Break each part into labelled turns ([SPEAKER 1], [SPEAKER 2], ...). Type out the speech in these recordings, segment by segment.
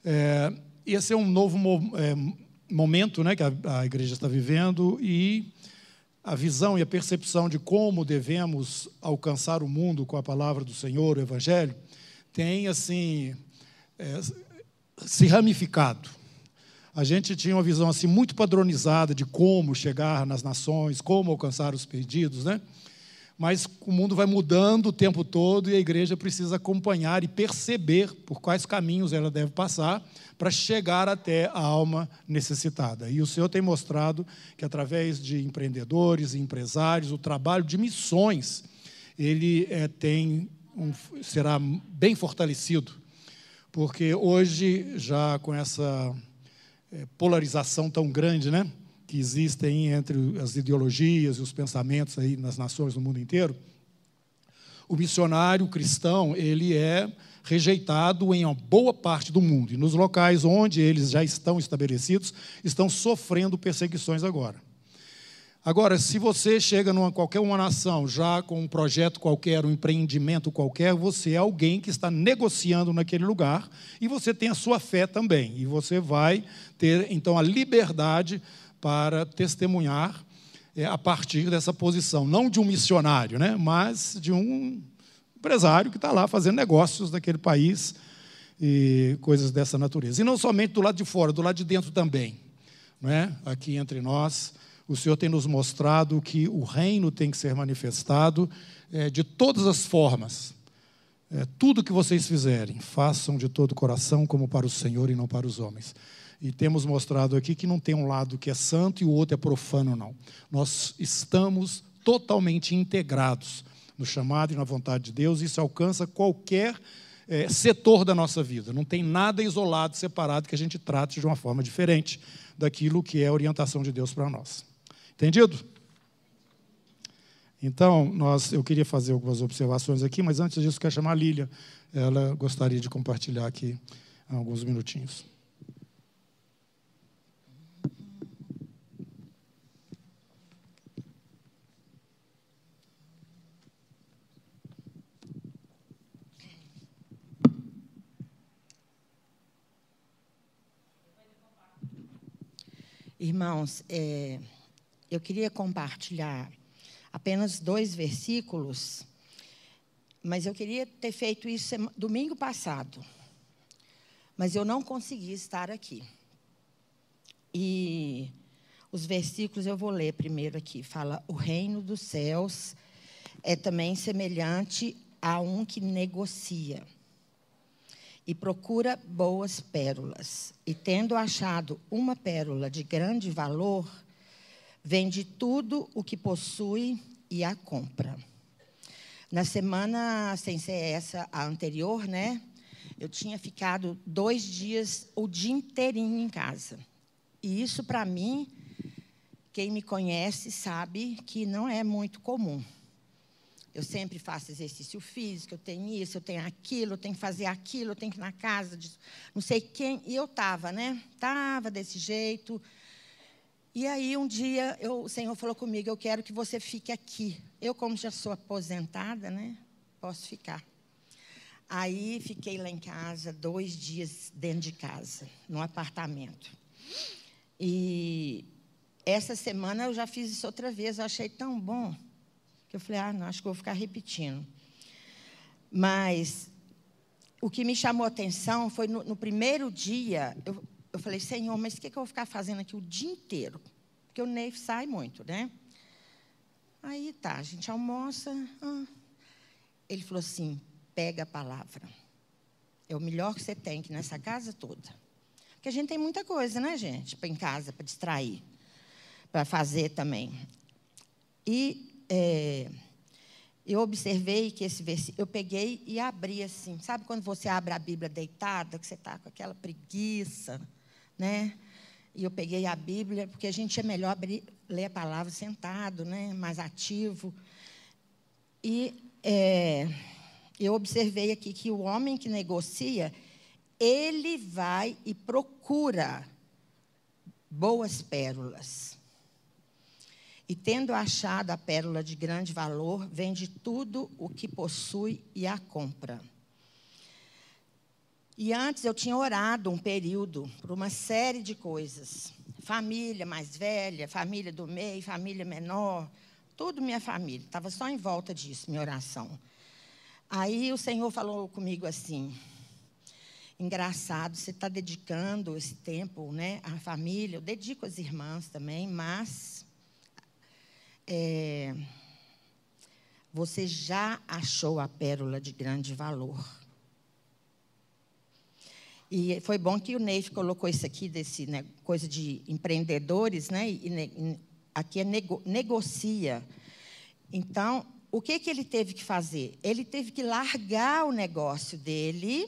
[SPEAKER 1] Esse é um novo momento, né, que a igreja está vivendo, e a visão e a percepção de como devemos alcançar o mundo com a palavra do Senhor, o Evangelho, tem, assim, se ramificado. A gente tinha uma visão assim, muito padronizada de como chegar nas nações, como alcançar os perdidos, né? Mas o mundo vai mudando o tempo todo e a igreja precisa acompanhar e perceber por quais caminhos ela deve passar para chegar até a alma necessitada. E o Senhor tem mostrado que, através de empreendedores e empresários, o trabalho de missões, ele será bem fortalecido, porque hoje, já com essa polarização tão grande, né, que existem entre as ideologias e os pensamentos aí nas nações do mundo inteiro, o missionário cristão, ele é rejeitado em uma boa parte do mundo. E nos locais onde eles já estão estabelecidos, estão sofrendo perseguições agora. Agora, se você chega numa qualquer uma nação, já com um projeto qualquer, um empreendimento qualquer, você é alguém que está negociando naquele lugar e você tem a sua fé também. E você vai ter, então, a liberdade para testemunhar a partir dessa posição. Não de um missionário, né, mas de um empresário que está lá fazendo negócios naquele país e coisas dessa natureza. E não somente do lado de fora, do lado de dentro também. Não é? Aqui entre nós, o Senhor tem nos mostrado que o reino tem que ser manifestado de todas as formas. Tudo que vocês fizerem, façam de todo o coração como para o Senhor e não para os homens. E temos mostrado aqui que não tem um lado que é santo e o outro é profano, não. Nós estamos totalmente integrados no chamado e na vontade de Deus, e isso alcança qualquer setor da nossa vida. Não tem nada isolado, separado, que a gente trate de uma forma diferente daquilo que é a orientação de Deus para nós. Entendido? Então, eu queria fazer algumas observações aqui, mas antes disso, quero chamar a Lília. Ela gostaria de compartilhar aqui alguns minutinhos.
[SPEAKER 2] Irmãos, eu queria compartilhar apenas 2 versículos, mas eu queria ter feito isso domingo passado, mas eu não consegui estar aqui. E os versículos eu vou ler primeiro aqui. Fala: o reino dos céus é também semelhante a um que negocia e procura boas pérolas. E, tendo achado uma pérola de grande valor, vende tudo o que possui e a compra. Na semana, sem ser essa, a anterior, né, eu tinha ficado 2 dias, o dia inteirinho em casa. E isso, para mim, quem me conhece sabe que não é muito comum. Eu sempre faço exercício físico, eu tenho isso, eu tenho aquilo, eu tenho que fazer aquilo, eu tenho que ir na casa de não sei quem. E eu estava, né? Estava desse jeito. E aí, um dia, o Senhor falou comigo: eu quero que você fique aqui. Eu, como já sou aposentada, né? Posso ficar. Aí, fiquei lá em casa, 2 dias dentro de casa, num apartamento. E essa semana eu já fiz isso outra vez, eu achei tão bom. Eu falei: não, acho que vou ficar repetindo. Mas o que me chamou a atenção foi no primeiro dia, eu falei: Senhor, mas o que eu vou ficar fazendo aqui o dia inteiro? Porque o Ney sai muito, né? Aí tá, a gente almoça. Ele falou assim: pega a palavra. É o melhor que você tem aqui nessa casa toda. Porque a gente tem muita coisa, né, gente? Para em casa, para distrair, para fazer também. E eu observei que esse versículo, eu peguei e abri assim. Sabe quando você abre a Bíblia deitada, que você está com aquela preguiça, né? E eu peguei a Bíblia, porque a gente é melhor ler a palavra sentado, né? Mais ativo. E eu observei aqui que o homem que negocia, ele vai e procura boas pérolas. E, tendo achado a pérola de grande valor, vende tudo o que possui e a compra. E antes eu tinha orado um período por uma série de coisas. Família mais velha, família do meio, família menor, tudo minha família. Estava só em volta disso, minha oração. Aí o Senhor falou comigo assim: engraçado, você está dedicando esse tempo, né, à família. Eu dedico às irmãs também, mas você já achou a pérola de grande valor. E foi bom que o Neif colocou isso aqui, desse, né, coisa de empreendedores, né? Aqui é negocia. Então, o que ele teve que fazer? Ele teve que largar o negócio dele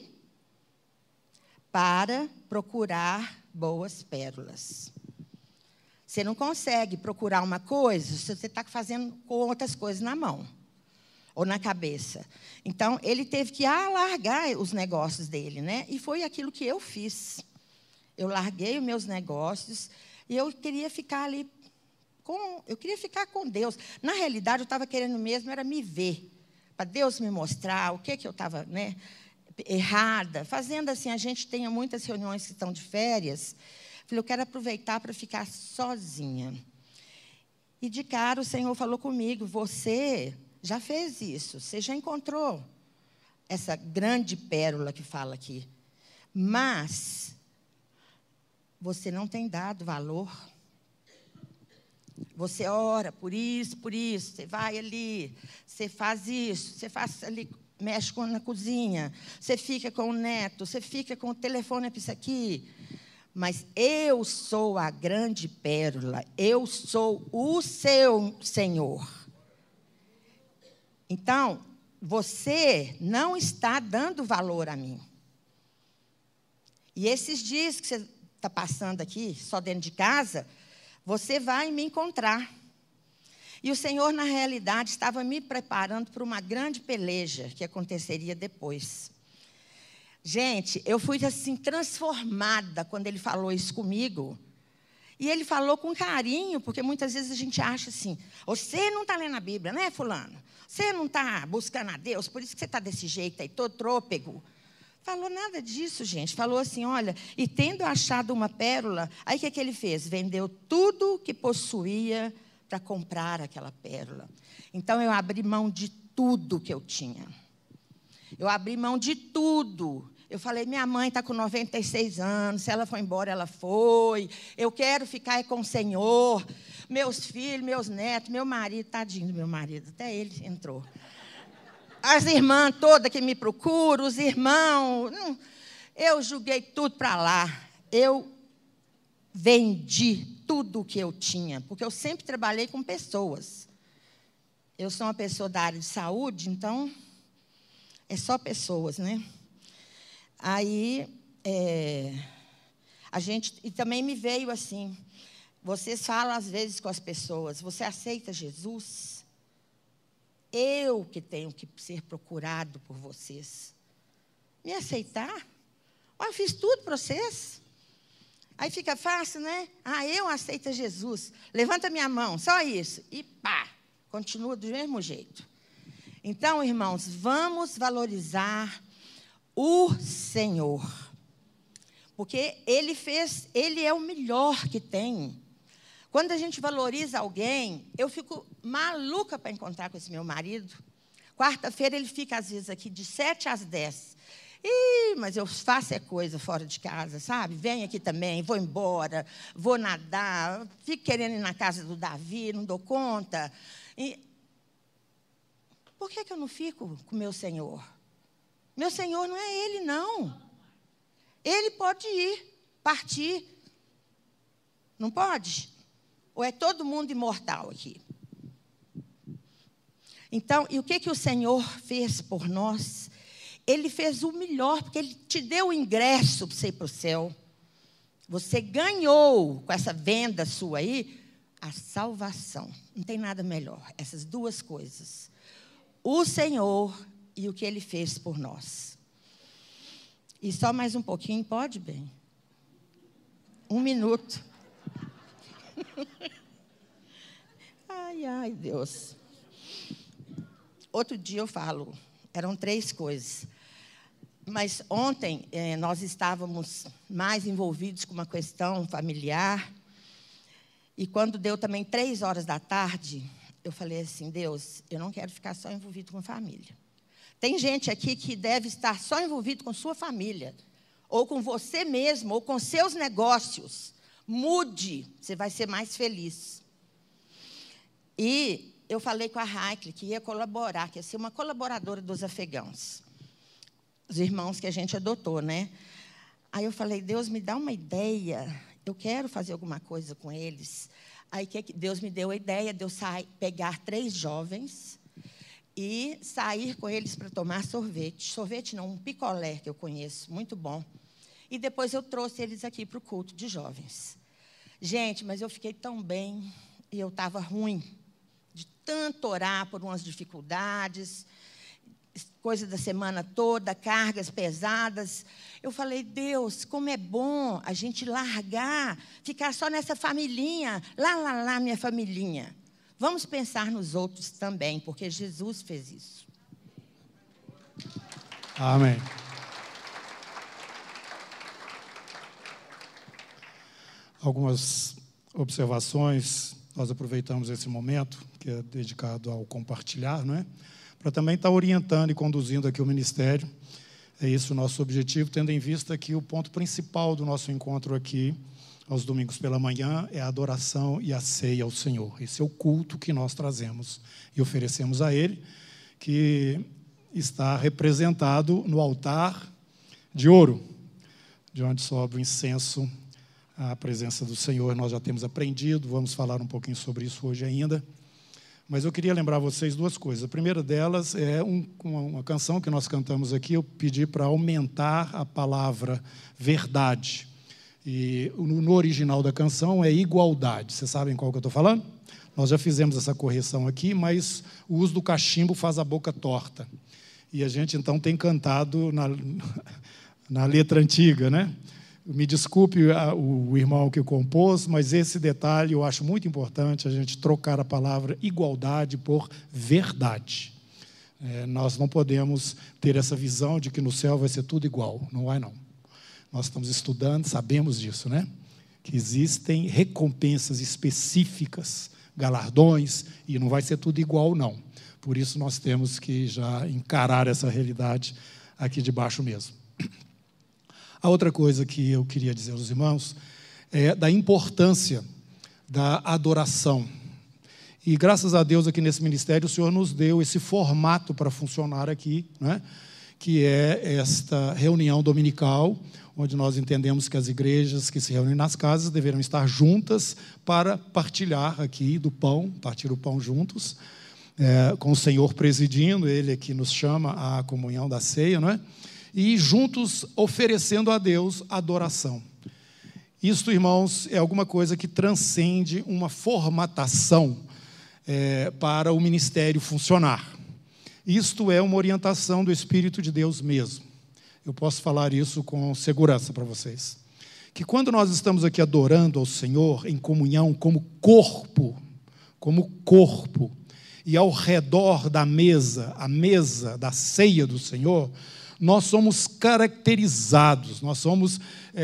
[SPEAKER 2] para procurar boas pérolas. Você não consegue procurar uma coisa se você está fazendo com outras coisas na mão ou na cabeça. Então, ele teve que alargar os negócios dele, né? E foi aquilo que eu fiz. Eu larguei os meus negócios e eu queria ficar ali eu queria ficar com Deus. Na realidade, eu estava querendo mesmo era me ver, para Deus me mostrar o que eu estava, né, errada. Fazendo assim, a gente tem muitas reuniões que estão de férias. Falei, eu quero aproveitar para ficar sozinha. E de cara o Senhor falou comigo: você já fez isso, você já encontrou essa grande pérola que fala aqui. Mas você não tem dado valor. Você ora por isso, você vai ali, você faz isso, você faz ali, mexe na cozinha, você fica com o neto, você fica com o telefone para isso aqui. Mas eu sou a grande pérola, eu sou o seu Senhor. Então, você não está dando valor a mim. E esses dias que você está passando aqui, só dentro de casa, você vai me encontrar. E o Senhor, na realidade, estava me preparando para uma grande peleja que aconteceria depois. Gente, eu fui assim transformada quando Ele falou isso comigo. E Ele falou com carinho, porque muitas vezes a gente acha assim: você não está lendo a Bíblia, né, fulano? Você não está buscando a Deus, por isso que você está desse jeito aí, todo trôpego. Falou nada disso, gente. Falou assim: olha, e tendo achado uma pérola, aí o que Ele fez? Vendeu tudo que possuía para comprar aquela pérola. Então, eu abri mão de tudo que eu tinha. Eu abri mão de tudo. Eu falei, minha mãe está com 96 anos, se ela for embora, ela foi. Eu quero ficar com o Senhor. Meus filhos, meus netos, meu marido, tadinho do meu marido, até ele entrou. As irmãs todas que me procuram, os irmãos. Eu joguei tudo para lá. Eu vendi tudo o que eu tinha, porque eu sempre trabalhei com pessoas. Eu sou uma pessoa da área de saúde, então é só pessoas, né? Aí, a gente... E também me veio assim, vocês falam às vezes com as pessoas, você aceita Jesus? Eu que tenho que ser procurado por vocês. Me aceitar? Eu fiz tudo para vocês. Aí fica fácil, né? Eu aceito Jesus. Levanta minha mão, só isso. E pá, continua do mesmo jeito. Então, irmãos, vamos valorizar o Senhor. Porque Ele é o melhor que tem. Quando a gente valoriza alguém, eu fico maluca para encontrar com esse meu marido. Quarta-feira ele fica, às vezes, aqui de 7 às 10. Mas eu faço coisa fora de casa, sabe? Venho aqui também, vou embora, vou nadar, fico querendo ir na casa do Davi, não dou conta. Por que eu não fico com o meu Senhor? Meu Senhor não é Ele, não. Ele pode ir, partir. Não pode? Ou é todo mundo imortal aqui? Então, e o que o Senhor fez por nós? Ele fez o melhor, porque Ele te deu o ingresso para você ir para o céu. Você ganhou, com essa venda sua aí, a salvação. Não tem nada melhor, essas duas coisas. O Senhor e o que Ele fez por nós. E só mais um pouquinho, pode, bem? 1 minuto. Ai, Deus. Outro dia eu falo, eram 3 coisas. Mas ontem nós estávamos mais envolvidos com uma questão familiar. E quando deu também 3 horas da tarde, eu falei assim, Deus, eu não quero ficar só envolvido com família. Tem gente aqui que deve estar só envolvido com sua família, ou com você mesmo, ou com seus negócios. Mude, você vai ser mais feliz. E eu falei com a Raikle que ia colaborar, que ia ser uma colaboradora dos afegãos. Os irmãos que a gente adotou, né? Aí eu falei, Deus, me dá uma ideia, eu quero fazer alguma coisa com eles. Aí Deus me deu a ideia de eu pegar 3 jovens e sair com eles para tomar sorvete. Sorvete não, um picolé que eu conheço, muito bom. E depois eu trouxe eles aqui para o culto de jovens. Gente, mas eu fiquei tão bem e eu estava ruim de tanto orar por umas dificuldades, coisa da semana toda, cargas pesadas. Eu falei, Deus, como é bom a gente largar, ficar só nessa familhinha, lá, minha familhinha. Vamos pensar nos outros também, porque Jesus fez isso.
[SPEAKER 1] Amém. Algumas observações, nós aproveitamos esse momento, que é dedicado ao compartilhar, não é? Para também estar orientando e conduzindo aqui o ministério. É esse o nosso objetivo, tendo em vista que o ponto principal do nosso encontro aqui, aos domingos pela manhã, é a adoração e a ceia ao Senhor. Esse é o culto que nós trazemos e oferecemos a Ele, que está representado no altar de ouro, de onde sobe o incenso, a presença do Senhor. Nós já temos aprendido, vamos falar um pouquinho sobre isso hoje ainda. Mas eu queria lembrar vocês 2 coisas. A primeira delas é uma canção que nós cantamos aqui. Eu pedi para aumentar a palavra verdade. E no original da canção é igualdade. Vocês sabem qual que eu estou falando? Nós já fizemos essa correção aqui, mas o uso do cachimbo faz a boca torta. E a gente, então, tem cantado na letra antiga, né? Me desculpe o irmão que compôs, mas esse detalhe eu acho muito importante, a gente trocar a palavra igualdade por verdade. Nós não podemos ter essa visão de que no céu vai ser tudo igual. Não vai, não. Nós estamos estudando, sabemos disso, né? Que existem recompensas específicas, galardões, e não vai ser tudo igual, não. Por isso nós temos que já encarar essa realidade aqui de baixo mesmo. A outra coisa que eu queria dizer aos irmãos é da importância da adoração. E graças a Deus aqui nesse ministério o Senhor nos deu esse formato para funcionar aqui, né? Que é esta reunião dominical, onde nós entendemos que as igrejas que se reúnem nas casas deverão estar juntas para partilhar aqui do pão, partir o pão juntos, com o Senhor presidindo, Ele é que nos chama à comunhão da ceia, não é? E juntos oferecendo a Deus adoração. Isto, irmãos, é alguma coisa que transcende uma formatação para o ministério funcionar. Isto é uma orientação do Espírito de Deus mesmo. Eu posso falar isso com segurança para vocês. Que quando nós estamos aqui adorando ao Senhor em comunhão como corpo, e ao redor da mesa, a mesa da ceia do Senhor, nós somos caracterizados, nós somos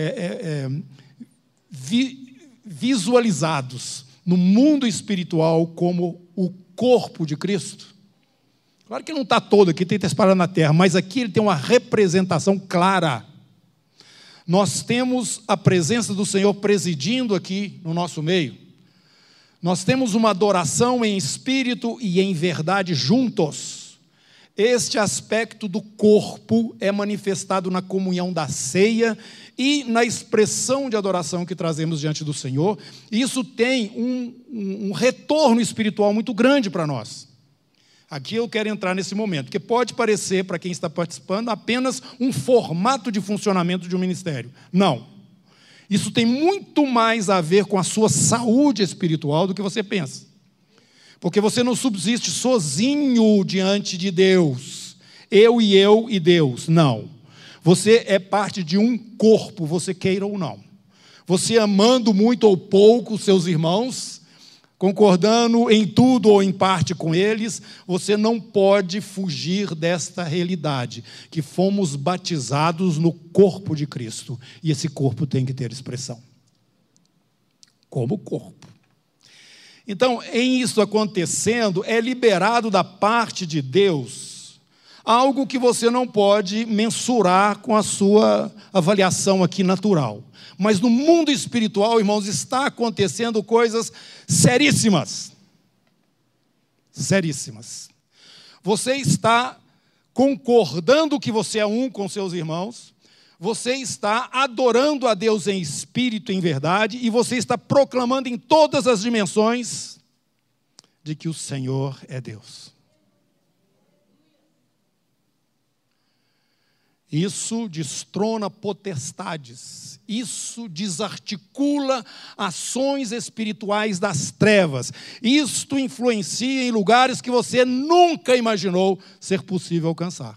[SPEAKER 1] visualizados no mundo espiritual como o corpo de Cristo. Claro que não está todo aqui, tem que estar espalhado na terra, mas aqui ele tem uma representação clara. Nós temos a presença do Senhor presidindo aqui no nosso meio. Nós temos uma adoração em espírito e em verdade juntos. Este aspecto do corpo é manifestado na comunhão da ceia e na expressão de adoração que trazemos diante do Senhor. Isso tem um retorno espiritual muito grande para nós. Aqui eu quero entrar nesse momento, porque pode parecer, para quem está participando, apenas um formato de funcionamento de um ministério. Não. Isso tem muito mais a ver com a sua saúde espiritual do que você pensa. Porque você não subsiste sozinho diante de Deus. Eu e Deus. Não. Você é parte de um corpo, você queira ou não. Você amando muito ou pouco os seus irmãos, concordando em tudo ou em parte com eles, você não pode fugir desta realidade, que fomos batizados no corpo de Cristo, e esse corpo tem que ter expressão, como corpo. Então, em isso acontecendo, é liberado da parte de Deus algo que você não pode mensurar com a sua avaliação aqui natural. Mas no mundo espiritual, irmãos, está acontecendo coisas seríssimas. Seríssimas. Você está concordando que você é um com seus irmãos, você está adorando a Deus em espírito e em verdade, e você está proclamando em todas as dimensões de que o Senhor é Deus. Isso destrona potestades, isso desarticula ações espirituais das trevas, isto influencia em lugares que você nunca imaginou ser possível alcançar.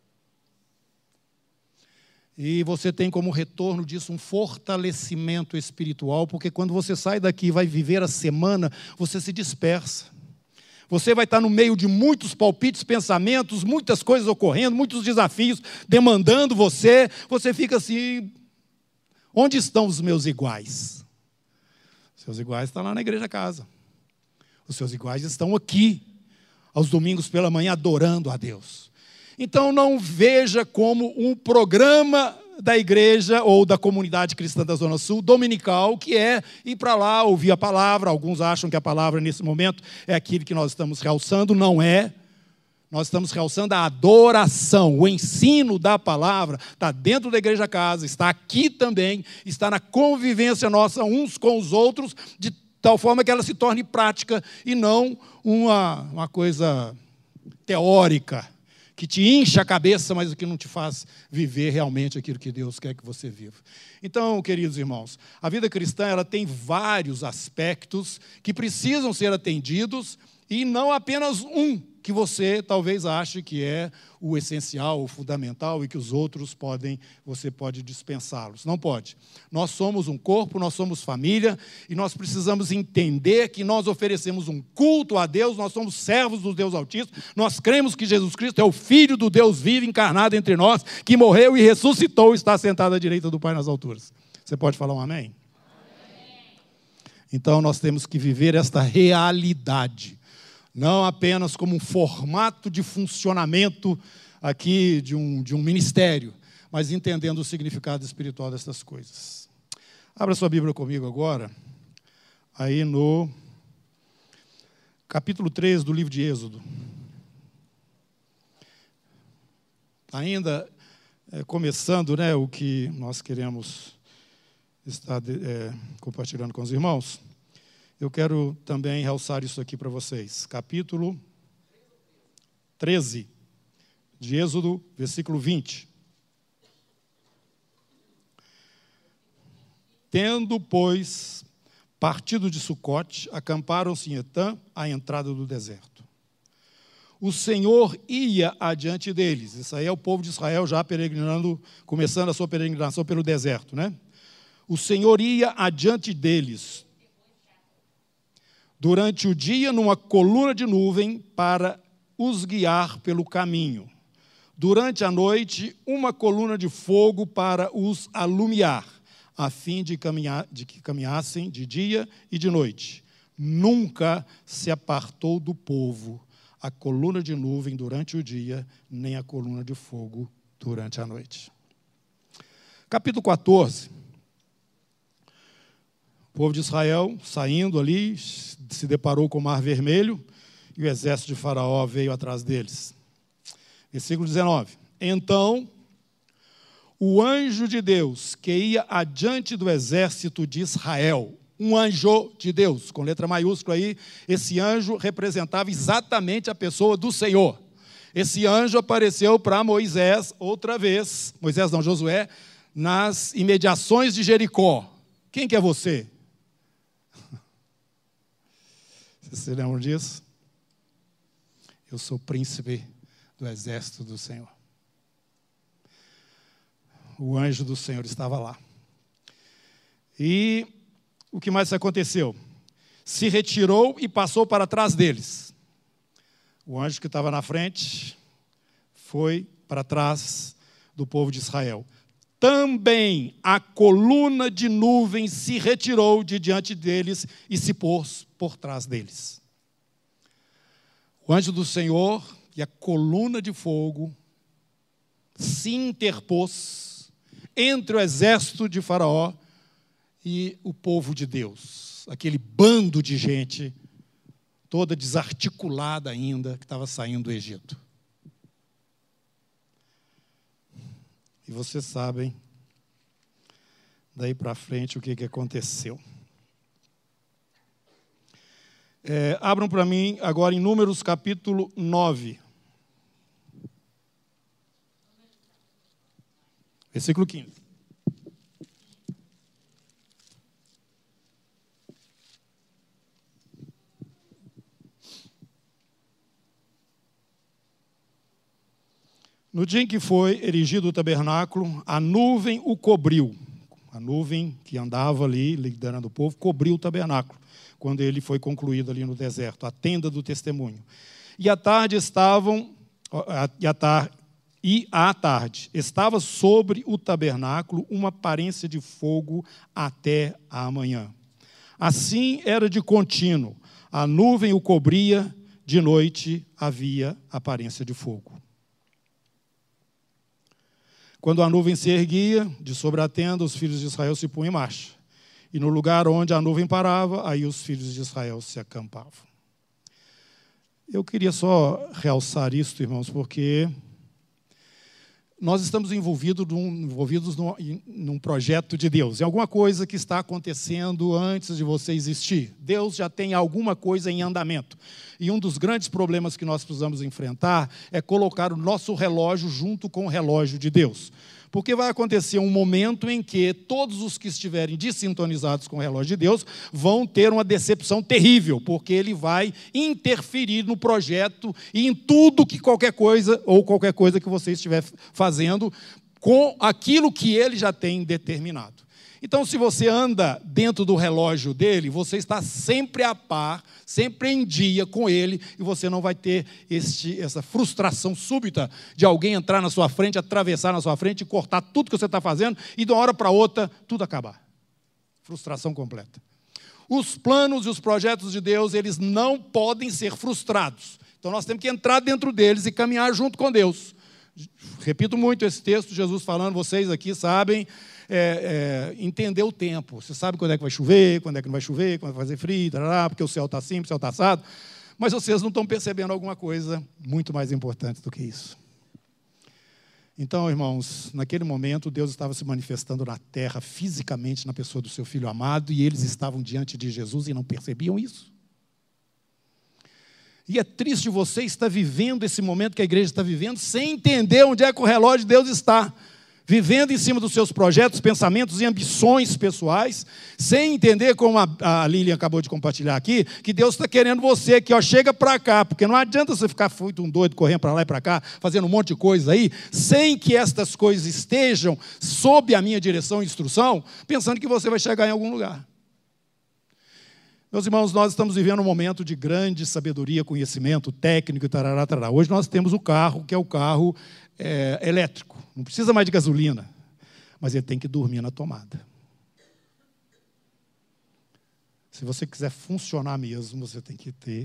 [SPEAKER 1] E você tem como retorno disso um fortalecimento espiritual, porque quando você sai daqui e vai viver a semana, você se dispersa. Você vai estar no meio de muitos palpites, pensamentos, muitas coisas ocorrendo, muitos desafios demandando você. Você fica assim, onde estão os meus iguais? Seus iguais estão lá na igreja casa. Os seus iguais estão aqui, aos domingos pela manhã, adorando a Deus. Então não veja como um programa da igreja ou da comunidade cristã da Zona Sul, dominical, que é ir para lá, ouvir a palavra. Alguns acham que a palavra nesse momento é aquilo que nós estamos realçando, não é. Nós estamos realçando a adoração, o ensino da palavra está dentro da igreja casa, está aqui também, está na convivência nossa uns com os outros, de tal forma que ela se torne prática e não uma coisa teórica, que te incha a cabeça, mas o que não te faz viver realmente aquilo que Deus quer que você viva. Então, queridos irmãos, a vida cristã ela tem vários aspectos que precisam ser atendidos e não apenas um que você talvez ache que é o essencial, o fundamental e que os outros você pode dispensá-los. Não pode. Nós somos um corpo, nós somos família e nós precisamos entender que nós oferecemos um culto a Deus, nós somos servos do Deus Altíssimo, nós cremos que Jesus Cristo é o Filho do Deus vivo encarnado entre nós, que morreu e ressuscitou e está sentado à direita do Pai nas alturas. Você pode falar um amém? Então nós temos que viver esta realidade. Não apenas como um formato de funcionamento aqui de um ministério, mas entendendo o significado espiritual dessas coisas. Abra sua Bíblia comigo agora, aí no capítulo 3 do livro de Êxodo. Ainda começando, o que nós queremos estar compartilhando com os irmãos. Eu quero também realçar isso aqui para vocês. Capítulo 13 de Êxodo, versículo 20. Tendo, pois, partido de Sucote, acamparam-se em Etã, à entrada do deserto. O Senhor ia adiante deles. Isso aí é o povo de Israel já peregrinando, começando a sua peregrinação pelo deserto, O Senhor ia adiante deles durante o dia numa coluna de nuvem para os guiar pelo caminho. Durante a noite, uma coluna de fogo para os alumiar, a fim de que caminhassem de dia e de noite. Nunca se apartou do povo a coluna de nuvem durante o dia, nem a coluna de fogo durante a noite. Capítulo 14. O povo de Israel, saindo ali, se deparou com o Mar Vermelho e o exército de Faraó veio atrás deles. Versículo 19. Então, o anjo de Deus que ia adiante do exército de Israel, um anjo de Deus, com letra maiúscula aí, esse anjo representava exatamente a pessoa do Senhor. Esse anjo apareceu para Moisés outra vez, Josué, nas imediações de Jericó. Quem que é você? Você lembra disso? Eu sou príncipe do exército do Senhor. O anjo do Senhor estava lá. E o que mais aconteceu? se retirou e passou para trás deles. O anjo que estava na frente foi para trás do povo de Israel. Também a coluna de nuvem se retirou de diante deles e se pôs por trás deles. O anjo do Senhor e a coluna de fogo se interpôs entre o exército de Faraó e o povo de Deus. Aquele bando de gente, toda desarticulada ainda, que estava saindo do Egito. E vocês sabem, daí para frente, o que aconteceu. Abram para mim agora em Números capítulo 9. Versículo 15. No dia em que foi erigido o tabernáculo, a nuvem o cobriu. A nuvem que andava ali, liderando o povo, cobriu o tabernáculo, quando ele foi concluído ali no deserto, a tenda do testemunho. E à tarde estava sobre o tabernáculo uma aparência de fogo até a manhã. Assim era de contínuo. A nuvem o cobria, de noite havia aparência de fogo. Quando a nuvem se erguia de sobre a tenda, os filhos de Israel se punham em marcha. E no lugar onde a nuvem parava, aí os filhos de Israel se acampavam. Eu queria só realçar isso, irmãos, porque nós estamos envolvidos num projeto de Deus, em alguma coisa que está acontecendo antes de você existir. Deus já tem alguma coisa em andamento. E um dos grandes problemas que nós precisamos enfrentar é colocar o nosso relógio junto com o relógio de Deus. Porque vai acontecer um momento em que todos os que estiverem desintonizados com o relógio de Deus vão ter uma decepção terrível, porque ele vai interferir no projeto e em tudo que qualquer coisa que você estiver fazendo com aquilo que ele já tem determinado. Então, se você anda dentro do relógio dele, você está sempre a par, sempre em dia com ele, e você não vai ter essa frustração súbita de alguém entrar na sua frente, atravessar na sua frente e cortar tudo que você está fazendo, e de uma hora para outra, tudo acabar. Frustração completa. Os planos e os projetos de Deus, eles não podem ser frustrados. Então, nós temos que entrar dentro deles e caminhar junto com Deus. Repito muito esse texto, Jesus falando, vocês aqui sabem, entender o tempo. Você sabe quando é que vai chover, quando é que não vai chover, quando vai fazer frio, porque o céu está assim, o céu está assado. Mas vocês não estão percebendo alguma coisa muito mais importante do que isso. Então, irmãos, naquele momento, Deus estava se manifestando na terra, fisicamente, na pessoa do seu Filho amado, e eles estavam diante de Jesus e não percebiam isso. E é triste você estar vivendo esse momento que a igreja está vivendo, sem entender onde é que o relógio de Deus está. Vivendo em cima dos seus projetos, pensamentos e ambições pessoais, sem entender, como a Lilian acabou de compartilhar aqui, que Deus está querendo você, que chega para cá, porque não adianta você ficar feito um doido, correndo para lá e para cá, fazendo um monte de coisa aí, sem que estas coisas estejam sob a minha direção e instrução, pensando que você vai chegar em algum lugar. Meus irmãos, nós estamos vivendo um momento de grande sabedoria, conhecimento técnico e tarará, tarará. Hoje nós temos o carro, que é o carro elétrico. Não precisa mais de gasolina, mas ele tem que dormir na tomada. Se você quiser funcionar mesmo, você tem que ter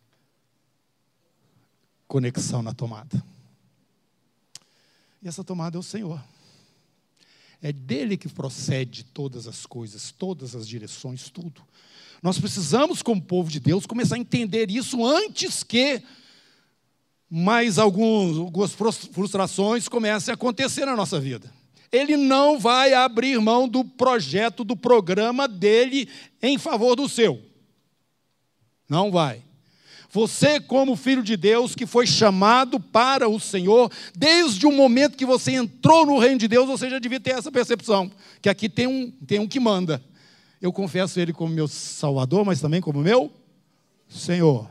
[SPEAKER 1] conexão na tomada. E essa tomada é o Senhor. É dele que procede todas as coisas, todas as direções, tudo. Nós precisamos, como povo de Deus, começar a entender isso antes que mais algumas frustrações comecem a acontecer na nossa vida. Ele não vai abrir mão do projeto, do programa dele em favor do seu. Não vai. Você, como filho de Deus, que foi chamado para o Senhor, desde o momento que você entrou no reino de Deus, você já devia ter essa percepção, que aqui tem um que manda. Eu confesso ele como meu Salvador, mas também como meu Senhor.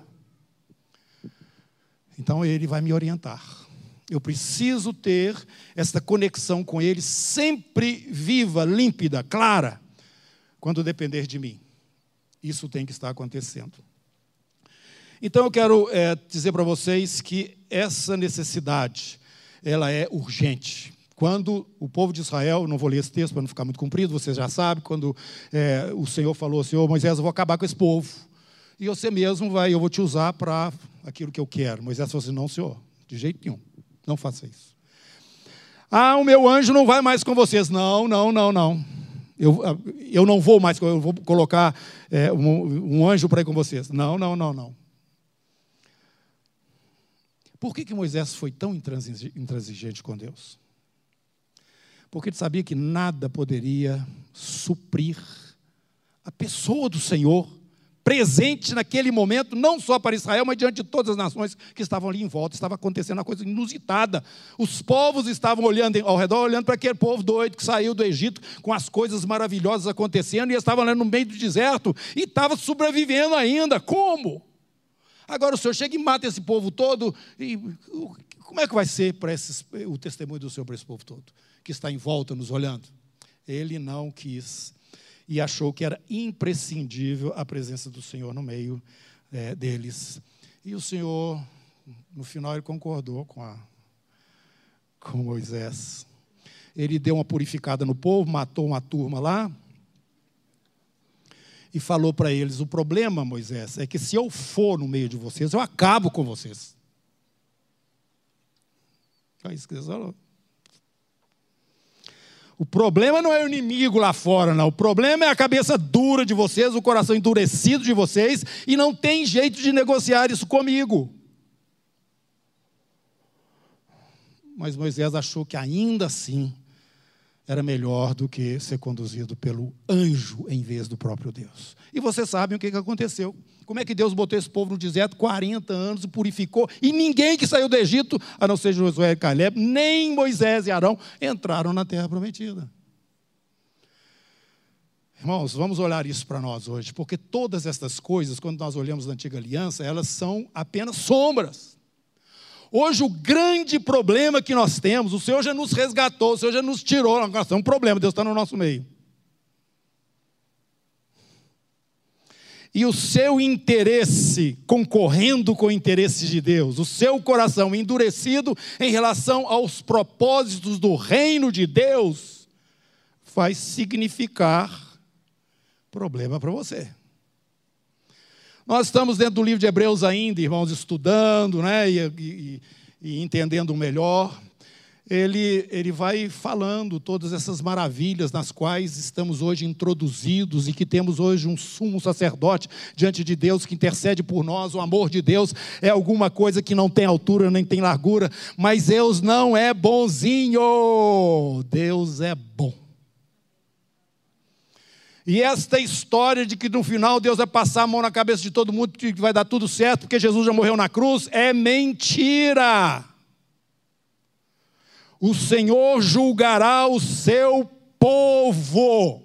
[SPEAKER 1] Então, ele vai me orientar. Eu preciso ter essa conexão com ele sempre viva, límpida, clara, quando depender de mim. Isso tem que estar acontecendo. Então eu quero dizer para vocês que essa necessidade, ela é urgente. Quando o povo de Israel, não vou ler esse texto para não ficar muito comprido, vocês já sabem, quando o Senhor falou assim, Moisés, eu vou acabar com esse povo, e você mesmo eu vou te usar para aquilo que eu quero. Moisés falou assim, não, Senhor, de jeito nenhum, não faça isso. O meu anjo não vai mais com vocês. Não. Eu não vou mais, eu vou colocar um anjo para ir com vocês. Não. Por que Moisés foi tão intransigente com Deus? Porque ele sabia que nada poderia suprir a pessoa do Senhor, presente naquele momento, não só para Israel, mas diante de todas as nações que estavam ali em volta. Estava acontecendo uma coisa inusitada. Os povos estavam olhando ao redor, olhando para aquele povo doido que saiu do Egito, com as coisas maravilhosas acontecendo, e eles estavam lá no meio do deserto, e estavam sobrevivendo ainda. Como? Agora o Senhor chega e mata esse povo todo, e como é que vai ser para o testemunho do Senhor para esse povo todo, que está em volta nos olhando? Ele não quis e achou que era imprescindível a presença do Senhor no meio deles. E o Senhor, no final, ele concordou com Moisés. Ele deu uma purificada no povo, matou uma turma lá, e falou para eles, o problema, Moisés, é que se eu for no meio de vocês, eu acabo com vocês. É isso que Deus falou. O problema não é o inimigo lá fora, não. O problema é a cabeça dura de vocês, o coração endurecido de vocês, e não tem jeito de negociar isso comigo. Mas Moisés achou que ainda assim era melhor do que ser conduzido pelo anjo em vez do próprio Deus. E vocês sabem o que aconteceu. Como é que Deus botou esse povo no deserto 40 anos e purificou, e ninguém que saiu do Egito, a não ser Josué e Caleb, nem Moisés e Arão, entraram na terra prometida. Irmãos, vamos olhar isso para nós hoje, porque todas essas coisas, quando nós olhamos na antiga aliança, elas são apenas sombras. Hoje o grande problema que nós temos, o Senhor já nos resgatou, o Senhor já nos tirou, nós temos um problema, Deus está no nosso meio. E o seu interesse concorrendo com o interesse de Deus, o seu coração endurecido em relação aos propósitos do reino de Deus, vai significar problema para você. Nós estamos dentro do livro de Hebreus ainda, irmãos, estudando, né, e entendendo melhor. Ele vai falando todas essas maravilhas nas quais estamos hoje introduzidos e que temos hoje um sumo sacerdote diante de Deus que intercede por nós. O amor de Deus é alguma coisa que não tem altura nem tem largura, mas Deus não é bonzinho, Deus é bom. E esta história de que no final Deus vai passar a mão na cabeça de todo mundo, que vai dar tudo certo porque Jesus já morreu na cruz, é mentira. O Senhor julgará o seu povo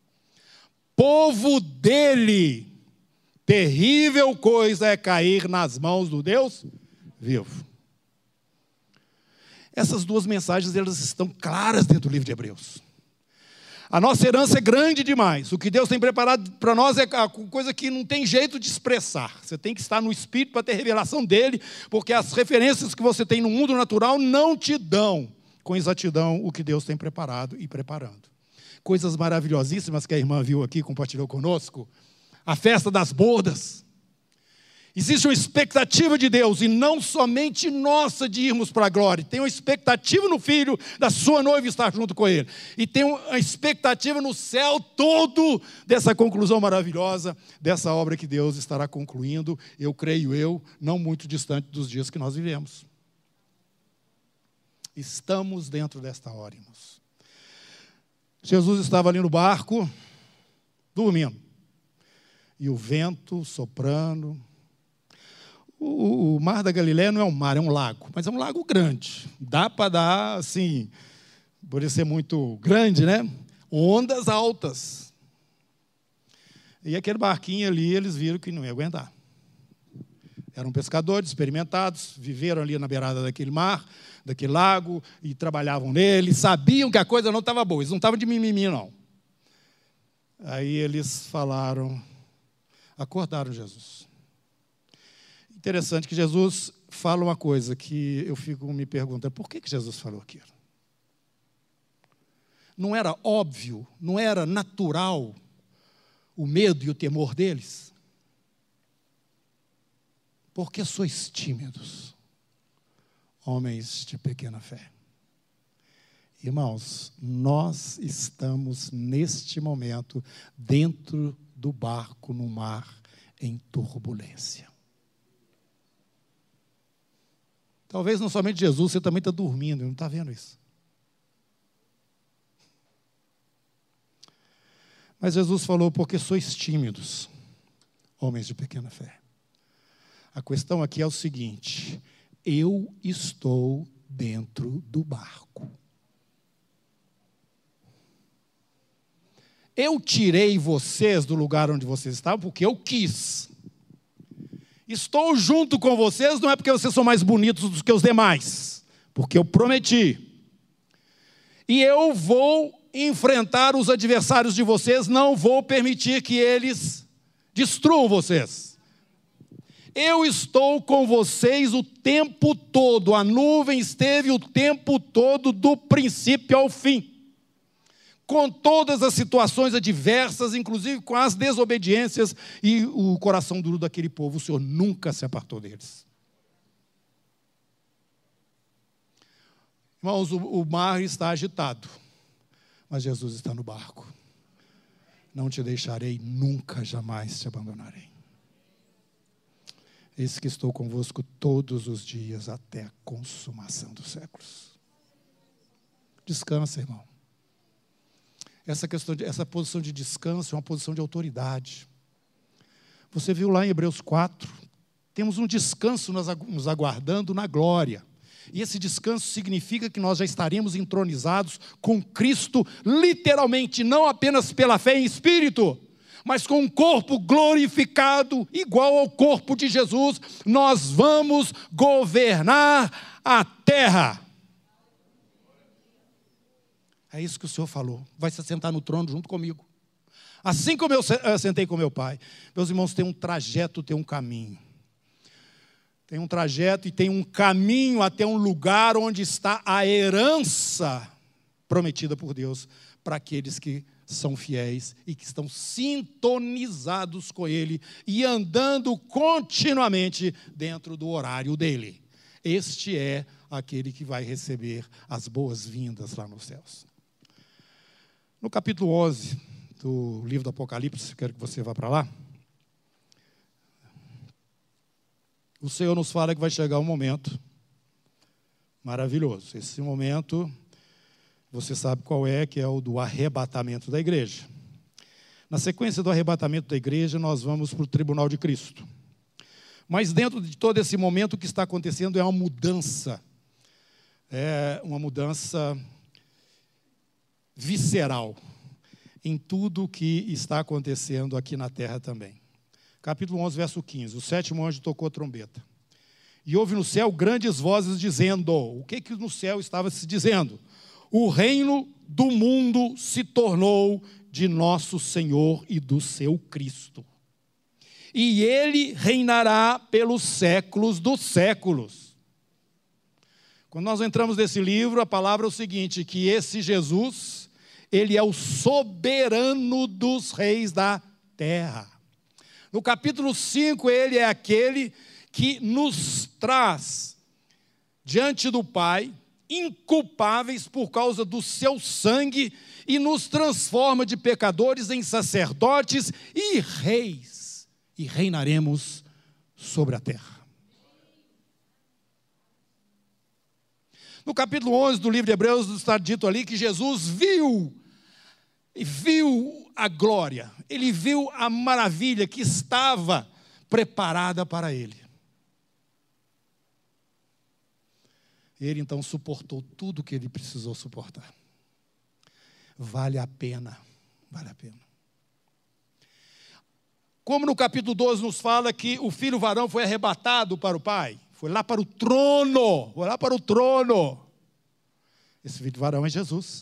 [SPEAKER 1] dele. Terrível coisa é cair nas mãos do Deus vivo. Essas duas mensagens, elas estão claras dentro do livro de Hebreus. A nossa herança é grande demais. O que Deus tem preparado para nós é coisa que não tem jeito de expressar. Você tem que estar no Espírito para ter revelação dele, porque as referências que você tem no mundo natural não te dão com exatidão o que Deus tem preparado e preparando. Coisas maravilhosíssimas que a irmã viu aqui, compartilhou conosco. A festa das bodas. Existe uma expectativa de Deus, e não somente nossa de irmos para a glória. Tem uma expectativa no filho da sua noiva estar junto com ele. E tem uma expectativa no céu todo dessa conclusão maravilhosa, dessa obra que Deus estará concluindo, eu creio não muito distante dos dias que nós vivemos. Estamos dentro desta hora, irmãos. Jesus estava ali no barco, dormindo. E o vento soprando. O mar da Galileia não é um mar, é um lago. Mas é um lago grande. Dá para dar, assim, por ele ser muito grande, né? Ondas altas. E aquele barquinho ali, eles viram que não ia aguentar. Eram pescadores experimentados, viveram ali na beirada daquele mar, daquele lago, e trabalhavam nele, sabiam que a coisa não estava boa, eles não estavam de mimimi, não. Aí eles falaram, acordaram Jesus. Interessante que Jesus fala uma coisa que eu fico me perguntando, por que Jesus falou aquilo? Não era óbvio, não era natural o medo e o temor deles? Porque sois tímidos, homens de pequena fé. Irmãos, nós estamos neste momento dentro do barco no mar em turbulência. Talvez não somente Jesus, você também está dormindo, não está vendo isso. Mas Jesus falou, porque sois tímidos, homens de pequena fé. A questão aqui é o seguinte, eu estou dentro do barco. Eu tirei vocês do lugar onde vocês estavam porque eu quis. Estou junto com vocês, não é porque vocês são mais bonitos do que os demais, porque eu prometi. E eu vou enfrentar os adversários de vocês, não vou permitir que eles destruam vocês. Eu estou com vocês o tempo todo, a nuvem esteve o tempo todo, do princípio ao fim. Com todas as situações adversas, inclusive com as desobediências e o coração duro daquele povo, o Senhor nunca se apartou deles. Irmãos, o mar está agitado, mas Jesus está no barco. Não te deixarei, nunca, jamais te abandonarei. Eis que estou convosco todos os dias até a consumação dos séculos. Descansa, irmão. Essa posição de descanso é uma posição de autoridade. Você viu lá em Hebreus 4, temos um descanso nos aguardando na glória. E esse descanso significa que nós já estaremos entronizados com Cristo, literalmente, não apenas pela fé em espírito, mas com um corpo glorificado, igual ao corpo de Jesus. Nós vamos governar a terra. É isso que o Senhor falou. Vai se sentar no trono junto comigo. Assim como eu sentei com meu Pai. Meus irmãos, tem um trajeto, tem um caminho. Tem um trajeto e tem um caminho até um lugar onde está a herança prometida por Deus para aqueles que são fiéis e que estão sintonizados com Ele e andando continuamente dentro do horário dEle. Este é aquele que vai receber as boas-vindas lá nos céus. No capítulo 11 do livro do Apocalipse, quero que você vá para lá. O Senhor nos fala que vai chegar um momento maravilhoso. Esse momento, você sabe qual é, que é o do arrebatamento da igreja. Na sequência do arrebatamento da igreja, nós vamos para o tribunal de Cristo. Mas dentro de todo esse momento, o que está acontecendo é uma mudança. É uma mudança visceral em tudo o que está acontecendo aqui na terra também. Capítulo 11, verso 15. O sétimo anjo tocou a trombeta. E houve no céu grandes vozes dizendo... O que no céu estava se dizendo? O reino do mundo se tornou de nosso Senhor e do seu Cristo. E Ele reinará pelos séculos dos séculos. Quando nós entramos nesse livro, a palavra é o seguinte, que esse Jesus, Ele é o soberano dos reis da terra. No capítulo 5, Ele é aquele que nos traz diante do Pai, inculpáveis por causa do seu sangue, e nos transforma de pecadores em sacerdotes e reis, e reinaremos sobre a terra. No capítulo 11 do livro de Hebreus está dito ali que Jesus viu a glória, ele viu a maravilha que estava preparada para ele. Ele então suportou tudo o que ele precisou suportar. Vale a pena, vale a pena. Como no capítulo 12 nos fala que o filho varão foi arrebatado para o pai, foi lá para o trono, Esse filho varão é Jesus.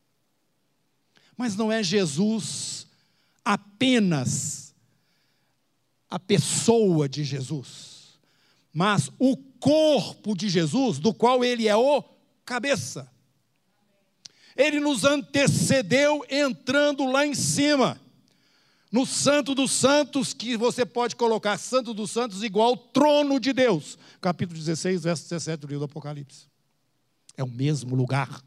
[SPEAKER 1] Mas não é Jesus apenas a pessoa de Jesus, mas o corpo de Jesus, do qual ele é o cabeça. Ele nos antecedeu entrando lá em cima, no Santo dos Santos, que você pode colocar Santo dos Santos igual ao trono de Deus. Capítulo 16, verso 17 do livro do Apocalipse. É o mesmo lugar.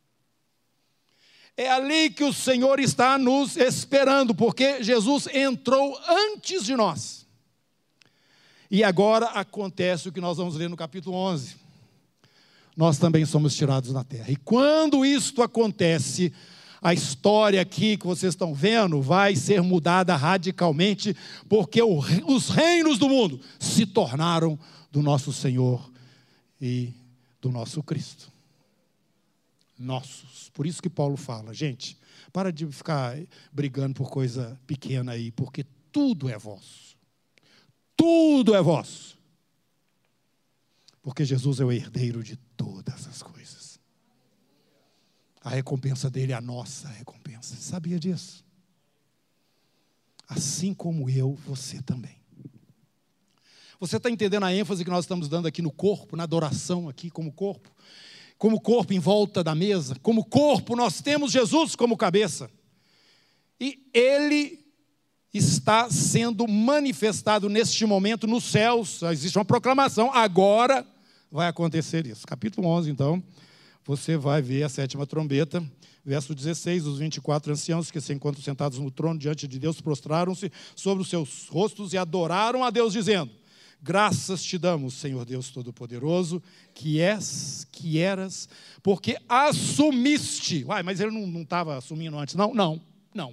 [SPEAKER 1] É ali que o Senhor está nos esperando, porque Jesus entrou antes de nós. E agora acontece o que nós vamos ler no capítulo 11. Nós também somos tirados da terra. E quando isto acontece, a história aqui que vocês estão vendo vai ser mudada radicalmente, porque os reinos do mundo se tornaram do nosso Senhor e do nosso Cristo. Nossos. Por isso que Paulo fala, gente, para de ficar brigando por coisa pequena aí, porque tudo é vosso. Tudo é vosso. Porque Jesus é o herdeiro de todas as coisas. A recompensa dele é a nossa recompensa. Você sabia disso? Assim como eu, você também. Você está entendendo a ênfase que nós estamos dando aqui no corpo, na adoração aqui como corpo? Como corpo em volta da mesa, como corpo nós temos Jesus como cabeça. E ele está sendo manifestado neste momento nos céus. Existe uma proclamação, agora vai acontecer isso. Capítulo 11, então, você vai ver a 7ª trombeta, verso 16, os 24 anciãos que se encontram sentados no trono diante de Deus, prostraram-se sobre os seus rostos e adoraram a Deus, dizendo: graças te damos, Senhor Deus Todo-Poderoso, que eras, porque assumiste. Uai, mas ele não estava assumindo antes, não? Não.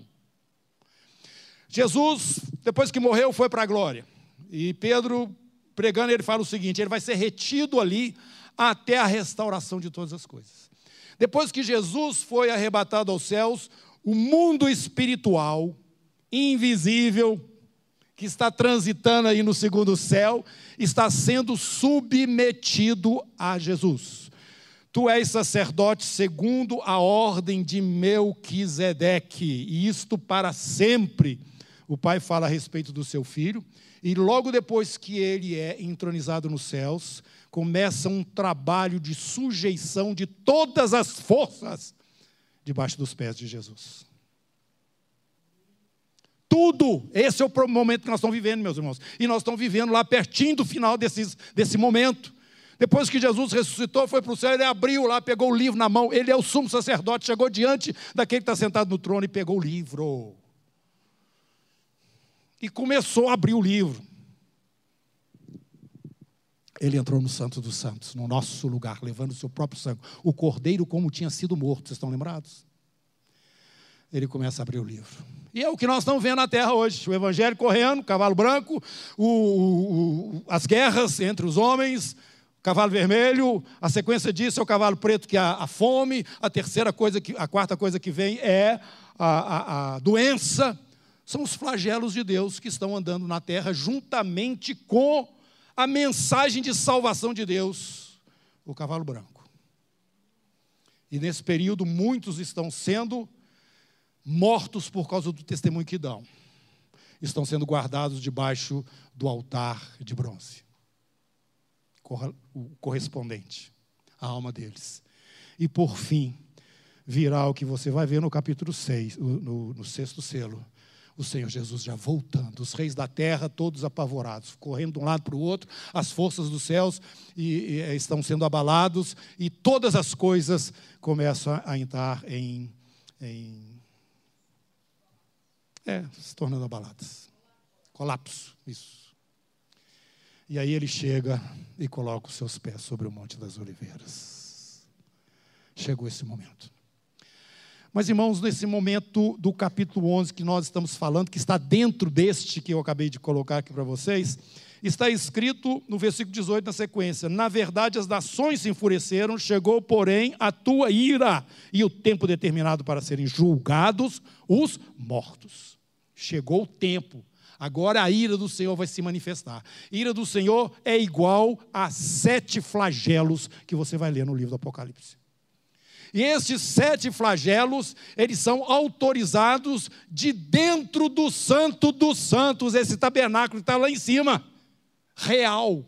[SPEAKER 1] Jesus, depois que morreu, foi para a glória. E Pedro, pregando, ele fala o seguinte: ele vai ser retido ali até a restauração de todas as coisas. Depois que Jesus foi arrebatado aos céus, o mundo espiritual, invisível, que está transitando aí no segundo céu, está sendo submetido a Jesus. Tu és sacerdote segundo a ordem de Melquisedeque, e isto para sempre. O Pai fala a respeito do seu Filho, e logo depois que ele é entronizado nos céus, começa um trabalho de sujeição de todas as forças debaixo dos pés de Jesus. Tudo, esse é o momento que nós estamos vivendo, meus irmãos. E nós estamos vivendo lá pertinho do final desse momento. Depois que Jesus ressuscitou, foi para o céu, ele abriu lá, pegou o livro na mão. Ele é o sumo sacerdote, chegou diante daquele que está sentado no trono e pegou o livro. E começou a abrir o livro. Ele entrou no Santo dos Santos, no nosso lugar, levando o seu próprio sangue. O cordeiro como tinha sido morto, vocês estão lembrados? Ele começa a abrir o livro. E é o que nós estamos vendo na terra hoje. O evangelho correndo, cavalo branco, as guerras entre os homens, cavalo vermelho, a sequência disso é o cavalo preto, que é a fome, a quarta coisa que vem é a doença. São os flagelos de Deus que estão andando na terra juntamente com a mensagem de salvação de Deus, o cavalo branco. E nesse período muitos estão sendo mortos por causa do testemunho que dão. Estão sendo guardados debaixo do altar de bronze. O correspondente à alma deles. E por fim, virá o que você vai ver no capítulo 6, no 6º selo. O Senhor Jesus já voltando, os reis da terra todos apavorados, correndo de um lado para o outro, as forças dos céus estão sendo abalados, e todas as coisas começam a entrar se tornando abaladas. Colapso, isso. E aí ele chega e coloca os seus pés sobre o Monte das Oliveiras. Chegou esse momento. Mas, irmãos, nesse momento do capítulo 11 que nós estamos falando, que está dentro deste que eu acabei de colocar aqui para vocês, está escrito no versículo 18 na sequência: na verdade as nações se enfureceram, chegou porém a tua ira e o tempo determinado para serem julgados os mortos. Chegou o tempo, agora a ira do Senhor vai se manifestar. A ira do Senhor é igual a 7 flagelos que você vai ler no livro do Apocalipse. E estes 7 flagelos, eles são autorizados de dentro do Santo dos Santos. Esse tabernáculo está lá em cima. Real.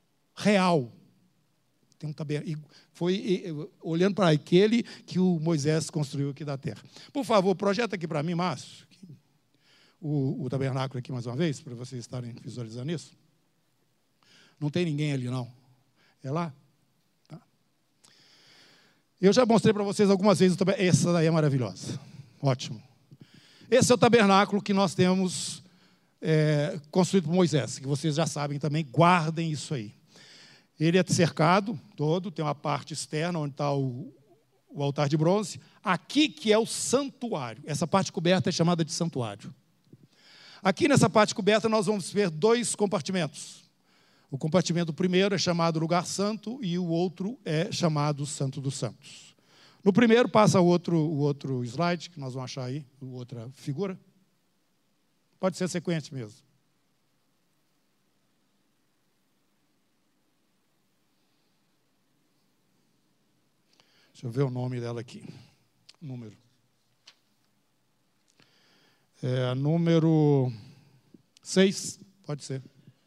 [SPEAKER 1] Tem um tabernáculo. Foi olhando para aquele que o Moisés construiu aqui da terra. Por favor, projeta aqui para mim, Márcio, o tabernáculo aqui mais uma vez, para vocês estarem visualizando isso. Não tem ninguém ali, não. É lá? Tá. Eu já mostrei para vocês algumas vezes, essa daí é maravilhosa. Ótimo. Esse é o tabernáculo que nós temos construído por Moisés, que vocês já sabem também, guardem isso aí. Ele é cercado todo, tem uma parte externa onde está o altar de bronze. Aqui que é o santuário. Essa parte coberta é chamada de santuário. Aqui nessa parte coberta nós vamos ver 2 compartimentos. O compartimento primeiro é chamado lugar santo e o outro é chamado Santo dos Santos. No primeiro passa o outro slide, que nós vamos achar aí, outra figura. Pode ser sequente mesmo. Deixa eu ver o nome dela aqui. Número. Número 6, pode ser.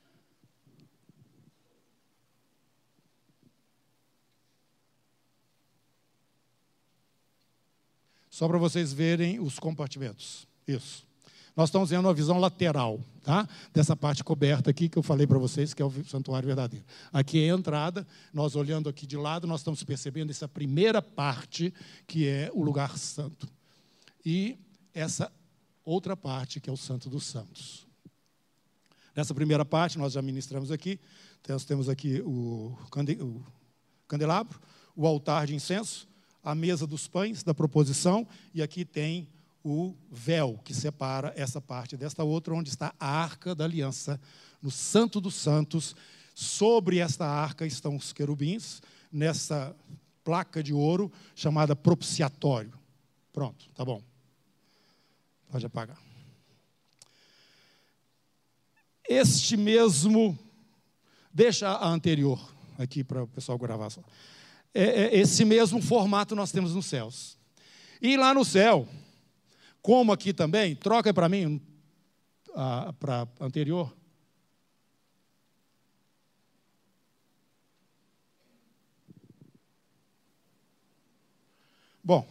[SPEAKER 1] Só para vocês verem os compartimentos. Isso. Nós estamos vendo uma visão lateral, tá? Dessa parte coberta aqui que eu falei para vocês, que é o santuário verdadeiro. Aqui é a entrada, nós olhando aqui de lado, nós estamos percebendo essa primeira parte, que é o lugar santo. E essa outra parte, que é o Santo dos Santos. Nessa primeira parte, nós já ministramos aqui, nós temos aqui o candelabro, o altar de incenso, a mesa dos pães, da proposição, e aqui tem o véu que separa essa parte desta outra, onde está a arca da aliança, no Santo dos Santos. Sobre esta arca estão os querubins, nessa placa de ouro chamada propiciatório. Pronto, tá bom. Pode apagar. Este mesmo, deixa a anterior aqui para o pessoal gravar só. Esse mesmo formato nós temos nos céus. E lá no céu, como aqui também, troca para mim para anterior. Bom,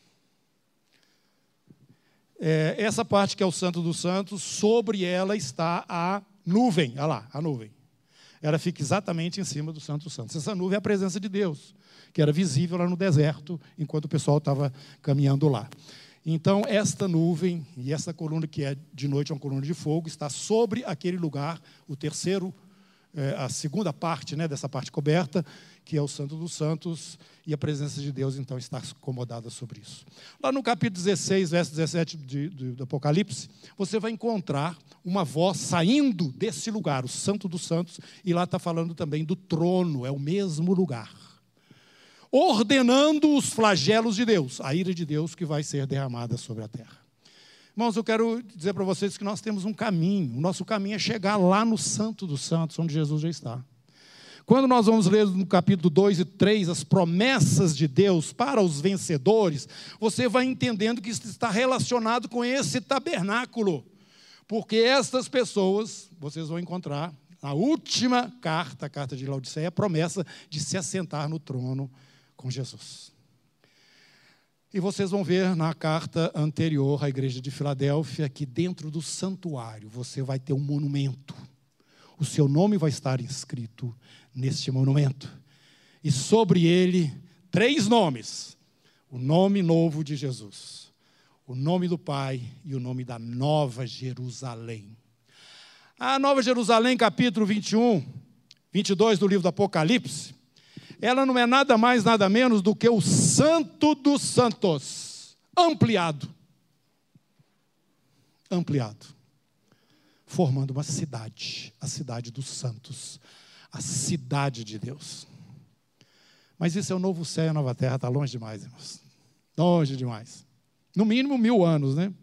[SPEAKER 1] essa parte que é o Santo dos Santos, sobre ela está a nuvem. Olha lá, a nuvem. Ela fica exatamente em cima do Santo dos Santos. Essa nuvem é a presença de Deus, que era visível lá no deserto, enquanto o pessoal estava caminhando lá. Então, esta nuvem e essa coluna, que é de noite uma coluna de fogo, está sobre aquele lugar, a segunda parte, né, dessa parte coberta, que é o Santo dos Santos, e a presença de Deus, então, está acomodada sobre isso. Lá no capítulo 16, verso 17 do Apocalipse, você vai encontrar uma voz saindo desse lugar, o Santo dos Santos, e lá está falando também do trono, é o mesmo lugar, ordenando os flagelos de Deus, a ira de Deus que vai ser derramada sobre a terra. Irmãos, eu quero dizer para vocês que nós temos um caminho. O nosso caminho é chegar lá no Santo dos Santos, onde Jesus já está. Quando nós vamos ler no capítulo 2 e 3 as promessas de Deus para os vencedores, você vai entendendo que isso está relacionado com esse tabernáculo. Porque estas pessoas, vocês vão encontrar na última carta, a carta de Laodiceia, a promessa de se assentar no trono com Jesus. E vocês vão ver na carta anterior à igreja de Filadélfia que dentro do santuário você vai ter um monumento. O seu nome vai estar inscrito neste monumento. E sobre ele, 3 nomes. O nome novo de Jesus, o nome do Pai e o nome da Nova Jerusalém. A Nova Jerusalém, capítulo 21, 22 do livro do Apocalipse, ela não é nada mais, nada menos do que o Santo dos Santos, ampliado, formando uma cidade, a cidade dos santos, a cidade de Deus. Mas isso é o novo céu e a nova terra, está longe demais, irmãos, longe demais, no mínimo 1000 anos, né?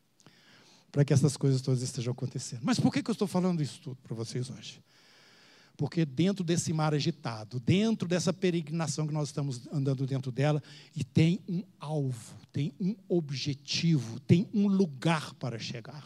[SPEAKER 1] Para que essas coisas todas estejam acontecendo. Mas por que eu estou falando isso tudo para vocês hoje? Porque dentro desse mar agitado, dentro dessa peregrinação que nós estamos andando dentro dela, e tem um alvo, tem um objetivo, tem um lugar para chegar.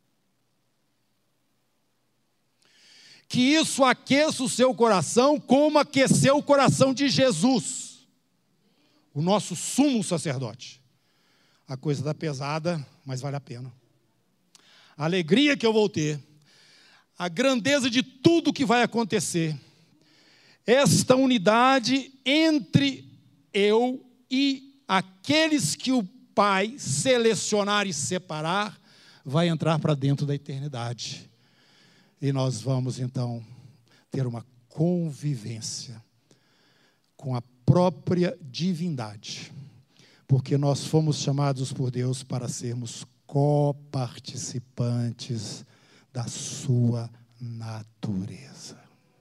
[SPEAKER 1] Que isso aqueça o seu coração como aqueceu o coração de Jesus, o nosso sumo sacerdote. A coisa está pesada, mas vale a pena. A alegria que eu vou ter, a grandeza de tudo que vai acontecer, esta unidade entre eu e aqueles que o Pai selecionar e separar, vai entrar para dentro da eternidade. E nós vamos, então, ter uma convivência com a própria divindade, porque nós fomos chamados por Deus para sermos coparticipantes da sua natureza.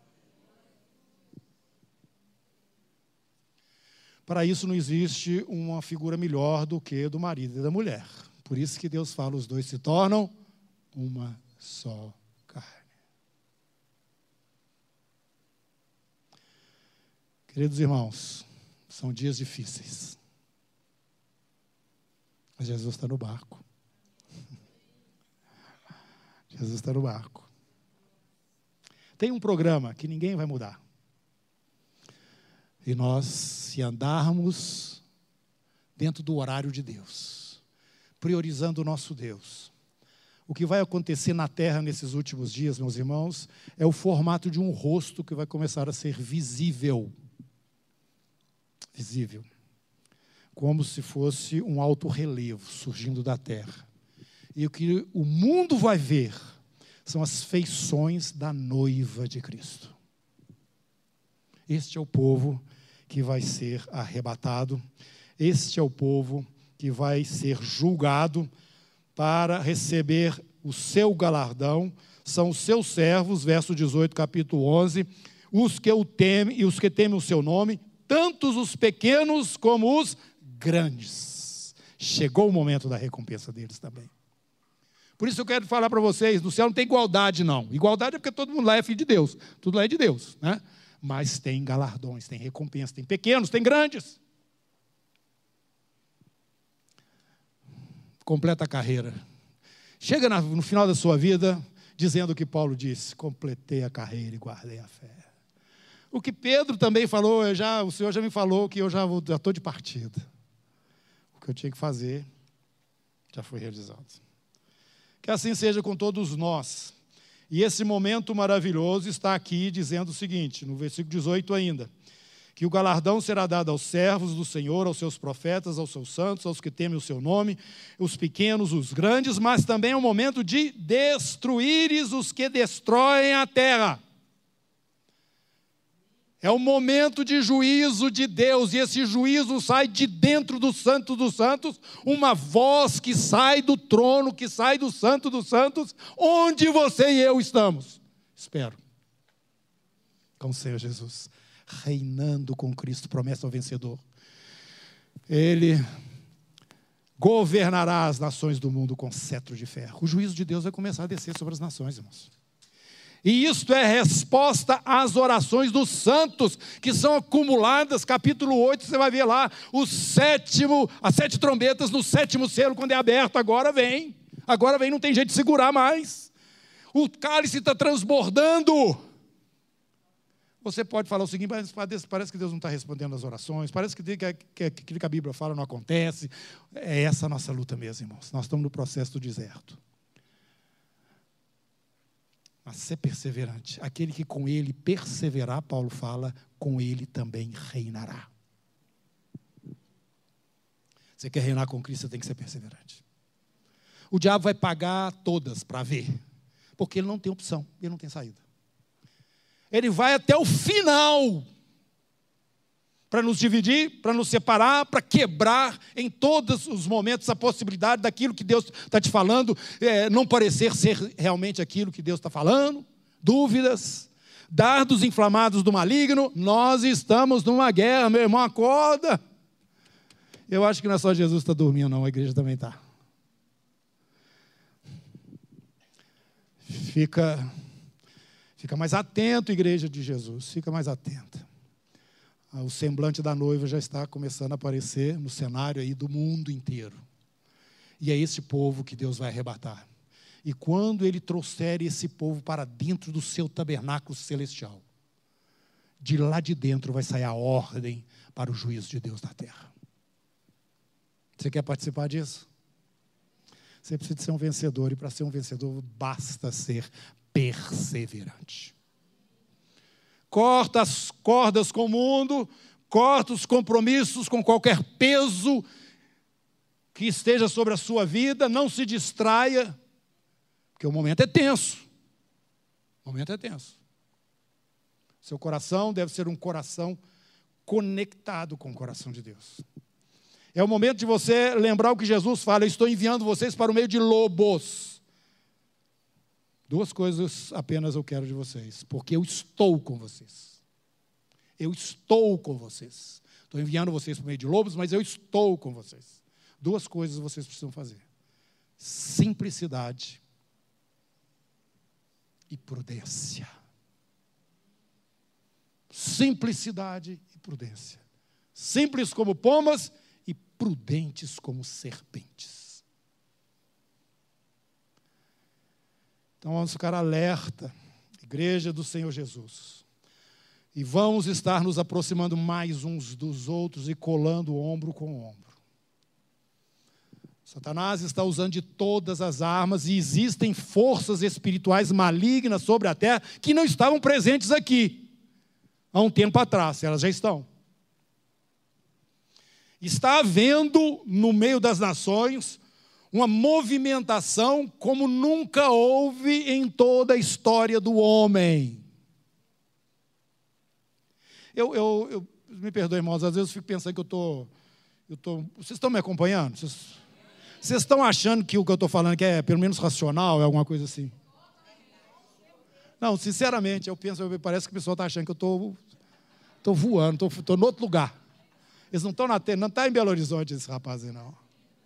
[SPEAKER 1] Para isso não existe uma figura melhor do que do marido e da mulher. Por isso que Deus fala, os dois se tornam uma só carne. Queridos irmãos, são dias difíceis. Mas Jesus está no barco. Jesus está no barco. Tem um programa que ninguém vai mudar. E nós, se andarmos dentro do horário de Deus, priorizando o nosso Deus, o que vai acontecer na terra nesses últimos dias, meus irmãos, é o formato de um rosto que vai começar a ser visível. Visível. Como se fosse um alto relevo surgindo da terra. E o que o mundo vai ver são as feições da noiva de Cristo. Este é o povo que vai ser arrebatado. Este é o povo que vai ser julgado para receber o seu galardão. São os seus servos, verso 18, capítulo 11, os que o temem e os que temem o seu nome, tantos os pequenos como os grandes. Chegou o momento da recompensa deles também. Por isso eu quero falar para vocês, no céu não tem igualdade não. Igualdade é porque todo mundo lá é filho de Deus. Tudo lá é de Deus, né? Mas tem galardões, tem recompensa, tem pequenos, tem grandes. Completa a carreira. Chega no final da sua vida dizendo o que Paulo disse, completei a carreira e guardei a fé. O que Pedro também falou, o Senhor já me falou que eu já estou de partida. O que eu tinha que fazer já foi realizado. Que assim seja com todos nós. E esse momento maravilhoso está aqui dizendo o seguinte, no versículo 18 ainda, que o galardão será dado aos servos do Senhor, aos seus profetas, aos seus santos, aos que temem o seu nome, os pequenos, os grandes, mas também é o momento de destruíres os que destroem a terra. É o momento de juízo de Deus, e esse juízo sai de dentro do Santo dos Santos, uma voz que sai do trono, que sai do Santo dos Santos, onde você e eu estamos. Espero. Com o Senhor Jesus, reinando com Cristo, promessa ao vencedor. Ele governará as nações do mundo com cetro de ferro. O juízo de Deus vai começar a descer sobre as nações, irmãos. E isto é resposta às orações dos santos, que são acumuladas, capítulo 8, você vai ver lá, as 7 trombetas no 7º selo, quando é aberto, agora vem, não tem jeito de segurar mais. O cálice está transbordando. Você pode falar o seguinte, parece que Deus não está respondendo as orações, parece que aquilo que a Bíblia fala não acontece. É essa a nossa luta mesmo, irmãos. Nós estamos no processo do deserto. Mas ser perseverante. Aquele que com ele perseverar, Paulo fala, com ele também reinará. Você quer reinar com Cristo, você tem que ser perseverante. O diabo vai pagar todas para ver, porque ele não tem opção, ele não tem saída. Ele vai até o final para nos dividir, para nos separar, para quebrar em todos os momentos a possibilidade daquilo que Deus está te falando, não parecer ser realmente aquilo que Deus está falando, dúvidas, dardos inflamados do maligno. Nós estamos numa guerra, meu irmão, acorda. Eu acho que não é só Jesus que está dormindo, não, a igreja também está. Fica Fica mais atento, igreja de Jesus, fica mais atenta. O semblante da noiva já está começando a aparecer no cenário aí do mundo inteiro. E é esse povo que Deus vai arrebatar. E quando Ele trouxer esse povo para dentro do seu tabernáculo celestial, de lá de dentro vai sair a ordem para o juízo de Deus na terra. Você quer participar disso? Você precisa ser um vencedor, e para ser um vencedor basta ser perseverante. Corta as cordas com o mundo, corta os compromissos com qualquer peso que esteja sobre a sua vida, não se distraia, porque o momento é tenso. O momento é tenso. Seu coração deve ser um coração conectado com o coração de Deus. É o momento de você lembrar o que Jesus fala: eu estou enviando vocês para o meio de lobos. Duas coisas apenas eu quero de vocês, porque eu estou com vocês. Eu estou com vocês. Estou enviando vocês para o meio de lobos, mas eu estou com vocês. Duas coisas vocês precisam fazer: simplicidade e prudência. Simplicidade e prudência. Simples como pombas e prudentes como serpentes. Então vamos ficar alerta, igreja do Senhor Jesus. E vamos estar nos aproximando mais uns dos outros e colando ombro com ombro. Satanás está usando de todas as armas, e existem forças espirituais malignas sobre a terra que não estavam presentes aqui há um tempo atrás, elas já estão. Está havendo no meio das nações uma movimentação como nunca houve em toda a história do homem. Eu me perdoem, irmãos, às vezes eu fico pensando que vocês estão me acompanhando? Vocês estão achando que o que eu estou falando aqui é pelo menos racional, é alguma coisa assim? Não, sinceramente, parece que o pessoal está achando que eu estou voando, estou em outro lugar. Eles não estão na terra, não está em Belo Horizonte esse rapaz aí, não.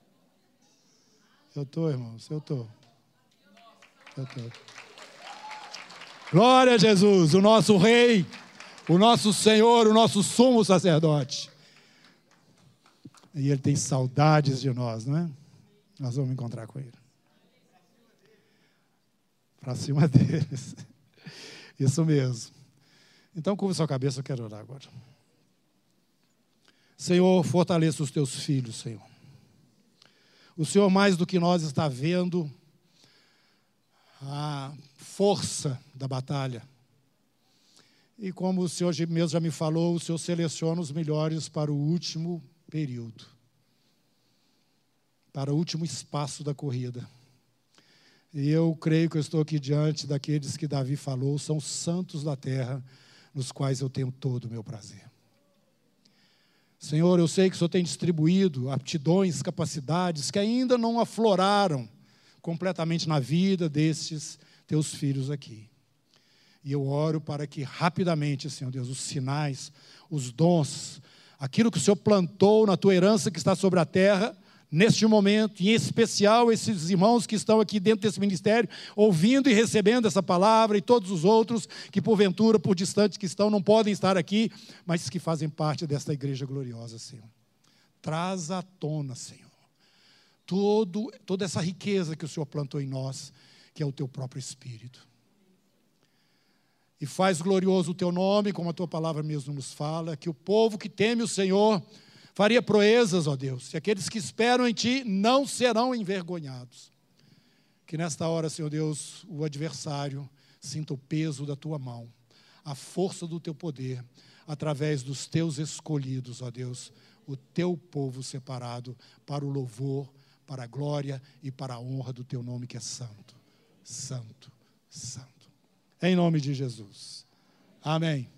[SPEAKER 1] Eu estou, irmãos, eu estou. Glória a Jesus, o nosso Rei, o nosso Senhor, o nosso sumo sacerdote. E Ele tem saudades de nós, não é? Nós vamos encontrar com Ele. Para cima deles. Isso mesmo. Então, curva sua cabeça, eu quero orar agora. Senhor, fortaleça os teus filhos, Senhor. O Senhor, mais do que nós, está vendo a força da batalha. E como o Senhor mesmo já me falou, o Senhor seleciona os melhores para o último período, para o último espaço da corrida. E eu creio que eu estou aqui diante daqueles que Davi falou, são santos da terra, nos quais eu tenho todo o meu prazer. Senhor, eu sei que o Senhor tem distribuído aptidões, capacidades que ainda não afloraram completamente na vida desses teus filhos aqui. E eu oro para que rapidamente, Senhor Deus, os sinais, os dons, aquilo que o Senhor plantou na tua herança que está sobre a terra, neste momento, e em especial esses irmãos que estão aqui dentro desse ministério, ouvindo e recebendo essa palavra, e todos os outros que porventura, por distantes que estão, não podem estar aqui, mas que fazem parte desta igreja gloriosa, Senhor. Traz à tona, Senhor, toda essa riqueza que o Senhor plantou em nós, que é o teu próprio Espírito. E faz glorioso o teu nome, como a tua palavra mesmo nos fala, que o povo que teme o Senhor faria proezas, ó Deus, e aqueles que esperam em Ti não serão envergonhados. Que nesta hora, Senhor Deus, o adversário sinta o peso da Tua mão, a força do Teu poder, através dos Teus escolhidos, ó Deus, o Teu povo separado para o louvor, para a glória e para a honra do Teu nome que é santo, santo, santo. Em nome de Jesus. Amém.